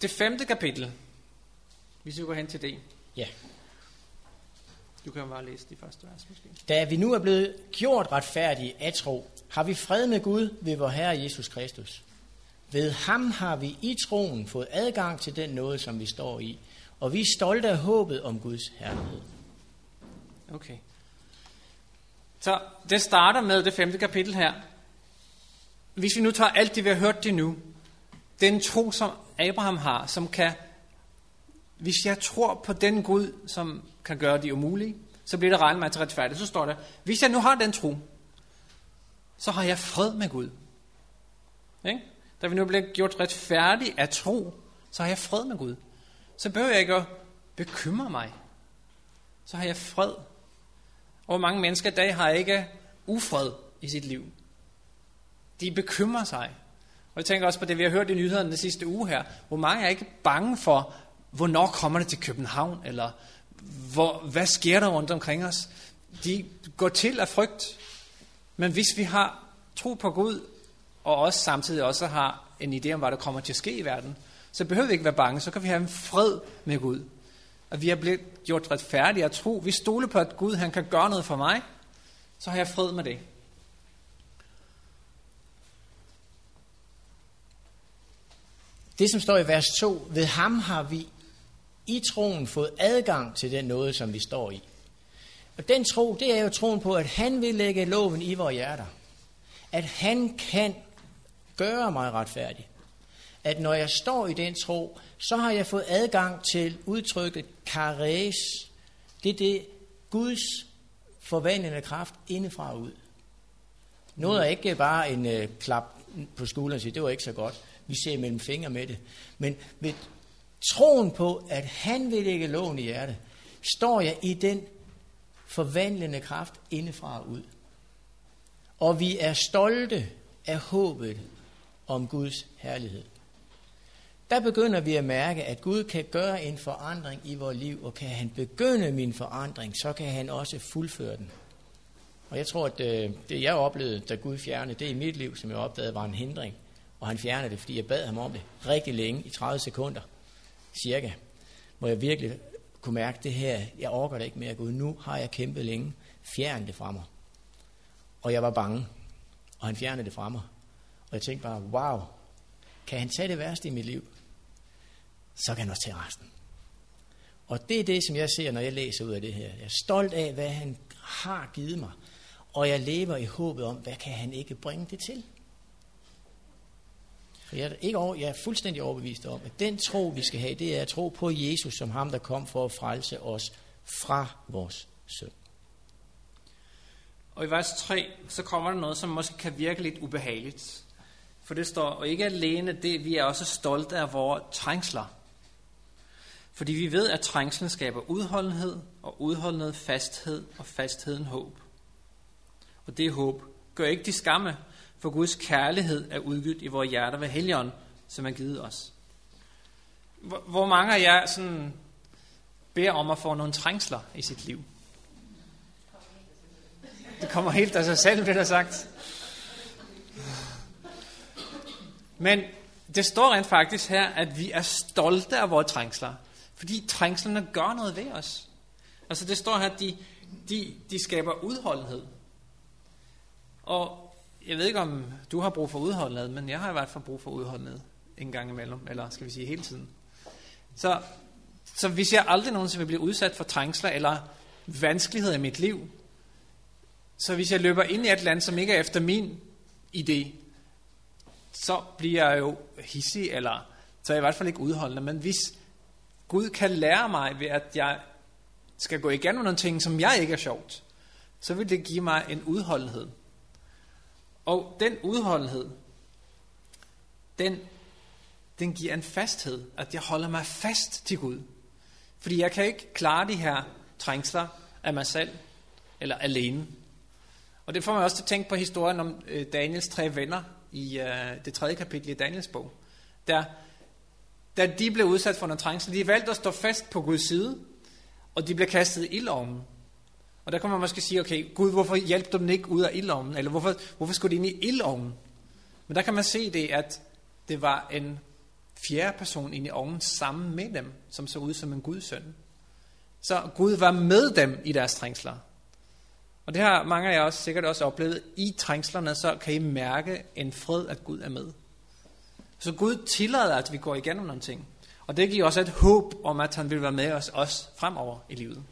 Det 5. kapitel, hvis vi går hen til det. Ja. Du kan jo bare læse de første vers måske. Da vi nu er blevet gjort retfærdige af tro, har vi fred med Gud ved vor Herre Jesus Kristus. Ved ham har vi i troen fået adgang til den nåde, som vi står i, og vi er stolte af håbet om Guds herlighed. Okay. Så det starter med det 5. kapitel her. Hvis vi nu tager alt det, vi har hørt det nu, den tro, som Abraham har, som kan, hvis jeg tror på den Gud, som kan gøre det umulige, så bliver det regnet mig til retfærdigt. Så står der, hvis jeg nu har den tro, så har jeg fred med Gud. Ikke? Da vi nu bliver gjort retfærdige af tro, så har jeg fred med Gud. Så behøver jeg ikke at bekymre mig. Så har jeg fred. Og hvor mange mennesker i dag har ikke ufred i sit liv. De bekymrer sig. Og jeg tænker også på det, vi har hørt i nyhederne den sidste uge her. Hvor mange er ikke bange for, hvornår kommer det til København, eller hvad sker der rundt omkring os. De går til af frygt. Men hvis vi har tro på Gud, og også samtidig også har en idé om, hvad der kommer til at ske i verden, så behøver vi ikke være bange, så kan vi have en fred med Gud. Og vi er blevet gjort retfærdige af tro. Vi stoler på, at Gud han kan gøre noget for mig, så har jeg fred med det. Det, som står i vers 2, ved ham har vi i troen fået adgang til den nåde, som vi står i. Og den tro, det er jo troen på, at han vil lægge loven i vores hjerter. At han kan gøre mig retfærdig. At når jeg står i den tro, så har jeg fået adgang til udtrykket charis. Det er det Guds forvandlende kraft indefra og ud. Noget er ikke bare en klap på skulderen og sige, det var ikke så godt. Vi ser mellem fingre med det. Men ved troen på, at han vil lægge loven i hjertet, står jeg i den forvandlende kraft indefra og ud. Og vi er stolte af håbet om Guds herlighed. Der begynder vi at mærke, at Gud kan gøre en forandring i vores liv, og kan han begynde min forandring, så kan han også fuldføre den. Og jeg tror, at det jeg oplevede, da Gud fjernede det i mit liv, som jeg opdagede, var en hindring. Og han fjernede det, fordi jeg bad ham om det rigtig længe, i 30 sekunder cirka, hvor jeg virkelig kunne mærke det her, jeg orker det ikke mere, Gud, nu har jeg kæmpet længe, fjern det fra mig. Og jeg var bange, og han fjernede det fra mig. Og jeg tænkte bare, wow, kan han tage det værste i mit liv, så kan han også tage resten. Og det er det, som jeg ser, når jeg læser ud af det her. Jeg er stolt af, hvad han har givet mig, og jeg lever i håbet om, hvad kan han ikke bringe det til. For jeg er fuldstændig overbevist om, at den tro, vi skal have, det er at tro på Jesus som ham, der kom for at frelse os fra vores synd. Og i vers 3, så kommer der noget, som måske kan virke lidt ubehageligt. For det står, og ikke alene det, vi er også stolte af vores trængsler. Fordi vi ved, at trængslen skaber udholdenhed, og udholdenhed fasthed, og fastheden håb. Og det håb gør ikke de skamme, for Guds kærlighed er udgivet i vores hjerter ved Helligånden, som er givet os. Hvor mange af jer sådan beder om at få nogle trængsler i sit liv? Det kommer helt af sig selv, det der sagt. Men det står rent faktisk her, at vi er stolte af vores trængsler, fordi trængslerne gør noget ved os. Altså det står her, at de skaber udholdenhed. Og jeg ved ikke, om du har brug for udholdenhed, men jeg har i hvert fald brug for udholdenhed en gang imellem, eller skal vi sige hele tiden. Så hvis jeg aldrig nogensinde vil blive udsat for trængsler eller vanskeligheder i mit liv, så hvis jeg løber ind i et land, som ikke er efter min idé, så bliver jeg jo hissig, eller så er jeg i hvert fald ikke udholdende. Men hvis Gud kan lære mig ved, at jeg skal gå igennem nogle ting, som jeg ikke er sjovt, så vil det give mig en udholdenhed. Og den udholdenhed, den giver en fasthed, at jeg holder mig fast til Gud. Fordi jeg kan ikke klare de her trængsler af mig selv, eller alene. Og det får mig også til at tænke på historien om Daniels 3 venner i det 3. kapitel i Daniels bog. Da de blev udsat for nogle trængsler, de valgte at stå fast på Guds side, og de blev kastet i ildovnen. Og der kan man måske sige, okay, Gud, hvorfor hjalp du dem ikke ud af ildovnen? Eller hvorfor skulle de ind i ildovnen? Men der kan man se det, at det var en fjerde person ind i ovnen sammen med dem, som så ud som en Guds søn. Så Gud var med dem i deres trængsler. Og det har mange af jer også sikkert også oplevet. I trængslerne, så kan I mærke en fred, at Gud er med. Så Gud tillader, at vi går igennem nogle ting. Og det giver også et håb om, at han vil være med os også fremover i livet.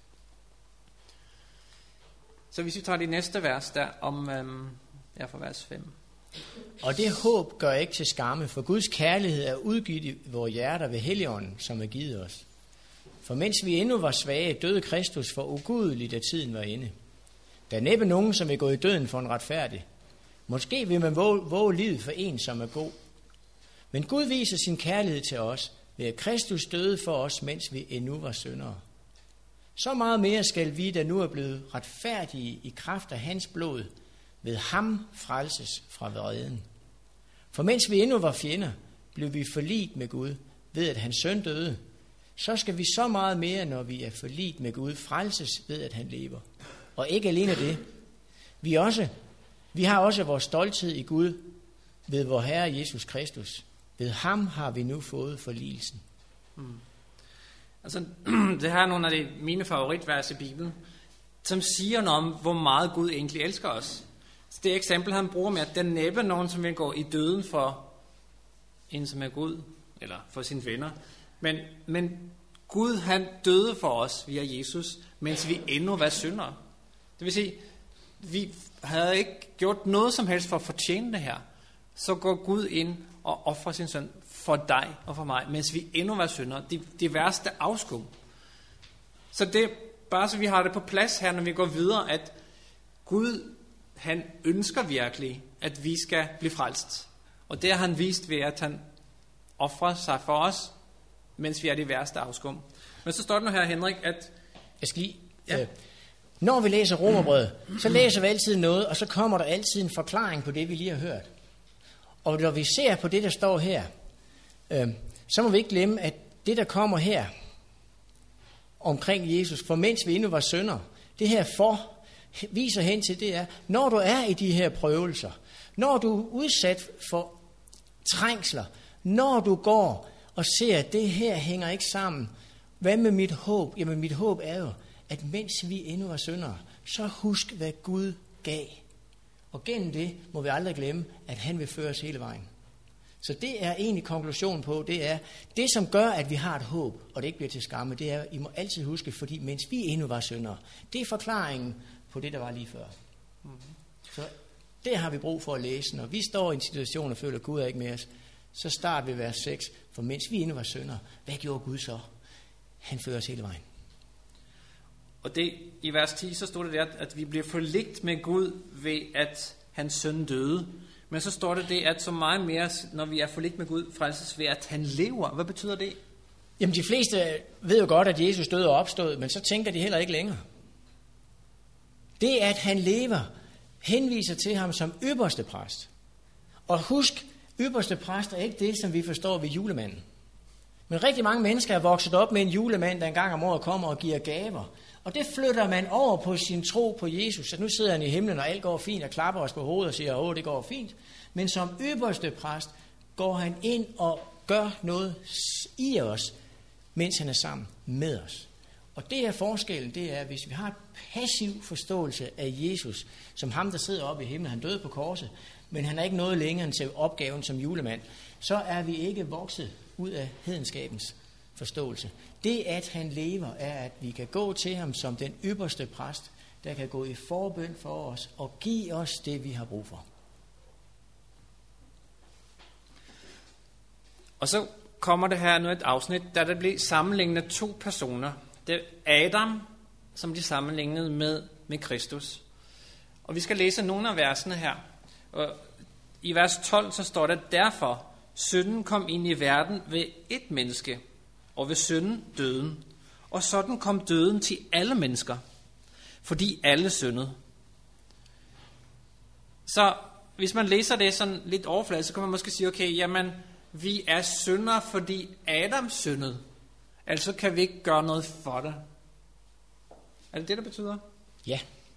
Så hvis vi tager de næste vers der om, fra vers 5. Og det håb gør ikke til skamme, for Guds kærlighed er udgivet i vores hjerter ved Helligånden, som er givet os. For mens vi endnu var svage, døde Kristus for ugudeligt, da tiden var inde. Der er næppe nogen, som vil gå i døden for en retfærdig. Måske vil man våge livet for en, som er god. Men Gud viser sin kærlighed til os, ved at Kristus døde for os, mens vi endnu var syndere. Så meget mere skal vi, der nu er blevet retfærdige i kraft af hans blod, ved ham frelses fra vreden. For mens vi endnu var fjender, blev vi forligt med Gud, ved at hans søn døde. Så skal vi så meget mere, når vi er forligt med Gud, frelses ved, at han lever. Og ikke alene det. Vi har også vores stolthed i Gud ved vor Herre Jesus Kristus. Ved ham har vi nu fået forligelsen. Altså, det her er nogle af mine favoritvers i Bibelen, som siger noget om, hvor meget Gud egentlig elsker os. Så det eksempel, han bruger med, at der næppe nogen, som vil gå i døden for en, som er Gud, eller for sine venner. Men Gud, han døde for os via Jesus, mens vi endnu var syndere. Det vil sige, vi havde ikke gjort noget som helst for at fortjene det her. Så går Gud ind og offrer sin søn for dig og for mig, mens vi endnu var syndere. Det værste afskum. Så det bare så vi har det på plads her, når vi går videre, at Gud, han ønsker virkelig, at vi skal blive frelst. Og det har han vist ved, at han offrer sig for os, mens vi er det værste afskum. Men så står det nu her, Henrik, at... Jeg skal lige... Ja. Når vi læser Romerbrevet, så læser vi altid noget, og så kommer der altid en forklaring på det, vi lige har hørt. Og når vi ser på det, der står her, så må vi ikke glemme, at det, der kommer her omkring Jesus, for mens vi endnu var syndere, det her viser hen til, det er, når du er i de her prøvelser, når du er udsat for trængsler, når du går og ser, at det her hænger ikke sammen, hvad med mit håb? Jamen mit håb er jo, at mens vi endnu var syndere, så husk, hvad Gud gav. Og gennem det må vi aldrig glemme, at han vil føre os hele vejen. Så det er egentlig konklusionen på, det er, det som gør, at vi har et håb, og det ikke bliver til skamme, det er, I må altid huske, fordi mens vi endnu var syndere, det er forklaringen på det, der var lige før. Så det har vi brug for at læse. Når vi står i en situation og føler, at Gud er ikke med os, så starter vi vers 6, for mens vi endnu var syndere, hvad gjorde Gud så? Han fører os hele vejen. Og det i vers 10, så står det der, at vi bliver forligt med Gud ved, at hans søn døde. Men så står det, at så meget mere, når vi er forligt med Gud, frelses ved, at han lever. Hvad betyder det? Jamen de fleste ved jo godt, at Jesus døde og opstod, men så tænker de heller ikke længere. Det, at han lever, henviser til ham som ypperste præst. Og husk, ypperste præst er ikke det, som vi forstår ved julemanden. Men rigtig mange mennesker er vokset op med en julemand, der en gang om året kommer og giver gaver. Og det flytter man over på sin tro på Jesus. Så nu sidder han i himlen, og alt går fint, og klapper os på hovedet og siger, det går fint. Men som ypperste præst går han ind og gør noget i os, mens han er sammen med os. Og det er forskellen, det er, hvis vi har en passiv forståelse af Jesus, som ham, der sidder oppe i himlen, han døde på korset, men han er ikke noget længere end til opgaven som julemand, så er vi ikke vokset ud af hedenskabens forståelse. Det, at han lever, er, at vi kan gå til ham som den ypperste præst, der kan gå i forbøn for os og give os det, vi har brug for. Og så kommer det her nu et afsnit, der det bliver sammenlignet to personer. Det er Adam, som de sammenlignede med Kristus. Og vi skal læse nogle af versene her. Og i vers 12 så står det, derfor synden kom ind i verden ved et menneske, og ved synden døden. Og sådan kom døden til alle mennesker, fordi alle syndede. Så hvis man læser det sådan lidt overfladisk, så kan man måske sige, okay, jamen, vi er syndere, fordi Adam syndede. Altså kan vi ikke gøre noget for det. Er det det, der betyder? Ja.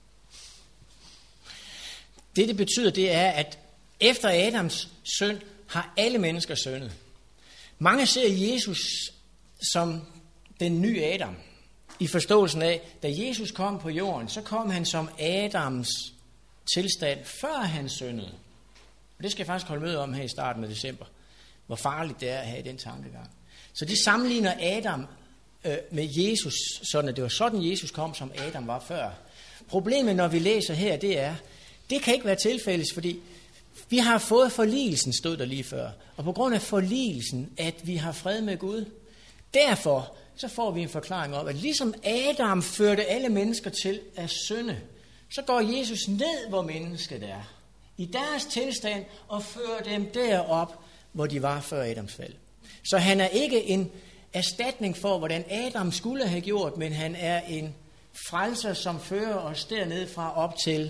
Det betyder, det er, at efter Adams synd har alle mennesker syndet. Mange ser Jesus som den nye Adam, i forståelsen af, da Jesus kom på jorden, så kom han som Adams tilstand, før han syndede. Og det skal jeg faktisk holde møde om her i starten af december, hvor farligt det er at have den tankegang. Så de sammenligner Adam med Jesus, sådan at det var sådan, Jesus kom, som Adam var før. Problemet, når vi læser her, det er, det kan ikke være tilfældet, fordi vi har fået forligelsen, stod der lige før. Og på grund af forligelsen, at vi har fred med Gud, derfor så får vi en forklaring om, at ligesom Adam førte alle mennesker til at synde, så går Jesus ned, hvor mennesket er, i deres tilstand, og fører dem derop, hvor de var før Adams fald. Så han er ikke en erstatning for, hvordan Adam skulle have gjort, men han er en frelser, som fører os dernede fra op til,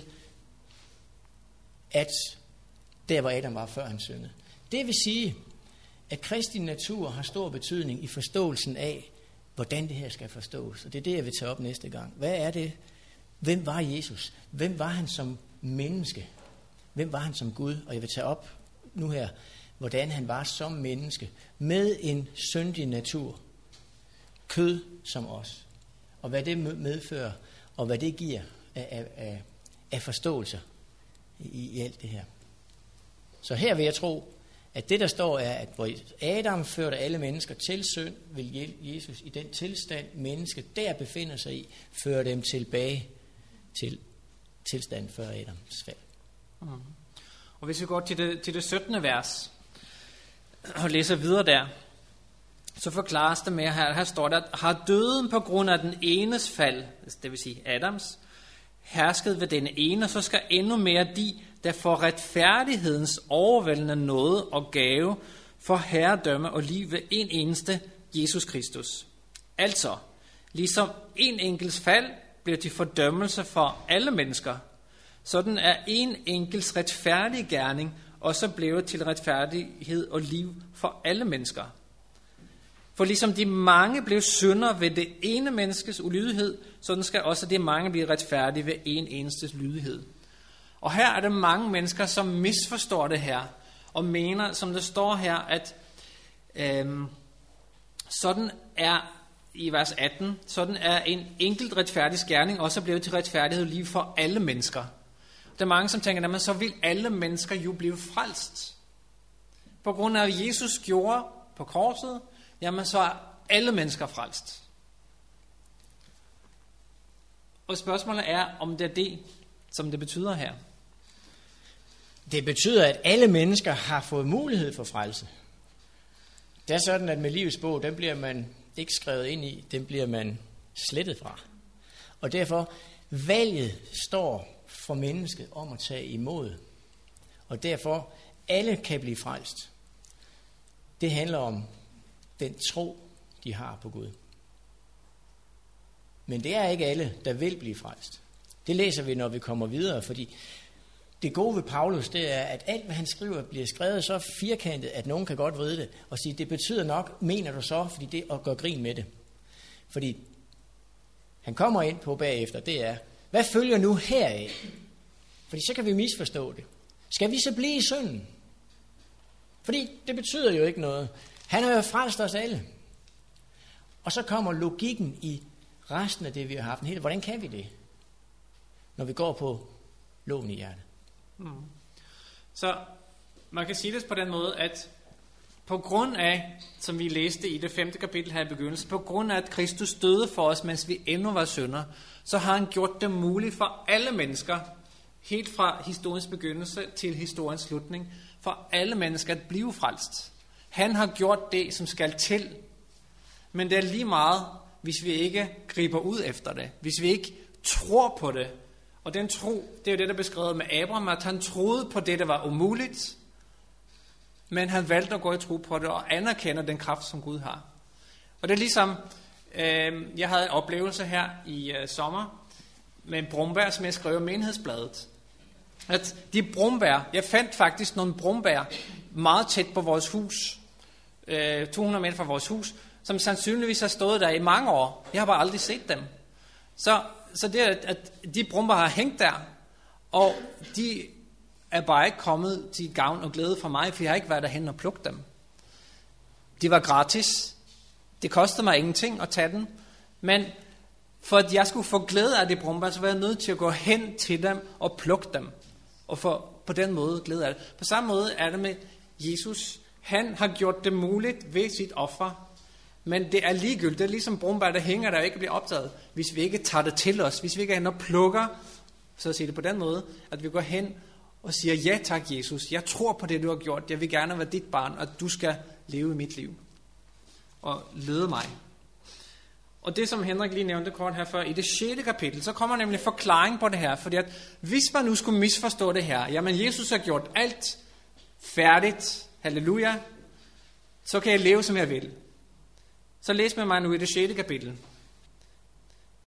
at der, hvor Adam var, før han syndede. Det vil sige, at Kristi natur har stor betydning i forståelsen af, hvordan det her skal forstås. Og det er det, jeg vil tage op næste gang. Hvad er det? Hvem var Jesus? Hvem var han som menneske? Hvem var han som Gud? Og jeg vil tage op nu her, hvordan han var som menneske, med en syndig natur. Kød som os. Og hvad det medfører, og hvad det giver af forståelser i alt det her. Så her vil jeg tro, at det der står er, at hvor Adam førte alle mennesker til synd, vil Jesus i den tilstand, mennesket der befinder sig i, føre dem tilbage til tilstand før Adams fald. Og hvis vi går til det 17. vers, og læser videre der, så forklares det med her står der, at har døden på grund af den enes fald, det vil sige Adams, hersket ved denne ene, så skal endnu mere de, der får retfærdighedens overvældende nåde og gave for herredømme og liv ved en eneste Jesus Kristus. Altså, ligesom en enkels fald bliver til fordømmelse for alle mennesker, sådan er en enkels retfærdig gerning også blevet til retfærdighed og liv for alle mennesker. For ligesom de mange blev syndere ved det ene menneskes ulydighed, sådan skal også de mange blive retfærdige ved en eneste lydighed. Og her er der mange mennesker, som misforstår det her, og mener, som det står her, at sådan er, i vers 18, sådan er en enkelt retfærdig gerning også blevet til retfærdighed og liv for alle mennesker. Der er mange, som tænker, at så vil alle mennesker jo blive frelst. På grund af, hvad Jesus gjorde på korset, jamen så er alle mennesker frelst. Og spørgsmålet er, om det er det, som det betyder her. Det betyder, at alle mennesker har fået mulighed for frelse. Det er sådan, at med livets bog, den bliver man ikke skrevet ind i, den bliver man slettet fra. Og derfor, valget står for mennesket om at tage imod. Og derfor, alle kan blive frelst. Det handler om den tro, de har på Gud. Men det er ikke alle, der vil blive frelst. Det læser vi, når vi kommer videre, fordi det gode ved Paulus, det er, at alt, hvad han skriver, bliver skrevet så firkantet, at nogen kan godt vride det, og sige, det betyder nok, mener du så, fordi det er at gøre grin med det. Fordi han kommer ind på bagefter, det er, hvad følger nu heraf? Fordi så kan vi misforstå det. Skal vi så blive i synden? Fordi det betyder jo ikke noget. Han har jo frelst os alle. Og så kommer logikken i resten af det, vi har haft. Hvordan kan vi det, når vi går på loven i hjertet? Så man kan sige det på den måde, at på grund af, som vi læste i det 5. kapitel her i begyndelsen, på grund af, at Kristus døde for os, mens vi endnu var syndere, så har han gjort det muligt for alle mennesker, helt fra historiens begyndelse til historiens slutning, for alle mennesker at blive frelst. Han har gjort det, som skal til. Men det er lige meget, hvis vi ikke griber ud efter det. Hvis vi ikke tror på det. Og den tro, det er jo det, der er beskrevet med Abraham, at han troede på det, der var umuligt. Men han valgte at gå i tro på det og anerkende den kraft, som Gud har. Og det er ligesom, jeg havde en oplevelse her i sommer med en brumbær, som jeg skrev i menighedsbladet. At de brumbær, jeg fandt faktisk nogle brumbær meget tæt på vores hus, 200 meter fra vores hus, som sandsynligvis har stået der i mange år. Jeg har bare aldrig set dem. Så det er, at de brumbær har hængt der, og de er bare ikke kommet til gavn og glæde for mig, for jeg har ikke været derhen og plukket dem. De var gratis. Det kostede mig ingenting at tage den. Men for at jeg skulle få glæde af de brumbær, så var jeg nødt til at gå hen til dem og plukke dem. Og få på den måde glæde af det. På samme måde er det med Jesus. Han har gjort det muligt ved sit offer. Men det er ligegyldigt. Det er ligesom brumbær, der hænger der og ikke bliver opdaget. Hvis vi ikke tager det til os. Hvis vi ikke er hen og plukker. Så at sige det på den måde. At vi går hen og siger, ja tak Jesus. Jeg tror på det du har gjort. Jeg vil gerne være dit barn. Og du skal leve i mit liv. Og lede mig. Og det som Henrik lige nævnte kort her før, i det 6. kapitel, så kommer nemlig forklaring på det her. Fordi at hvis man nu skulle misforstå det her, jamen Jesus har gjort alt færdigt, halleluja, så kan jeg leve som jeg vil. Så læs med mig nu i det 6. kapitel.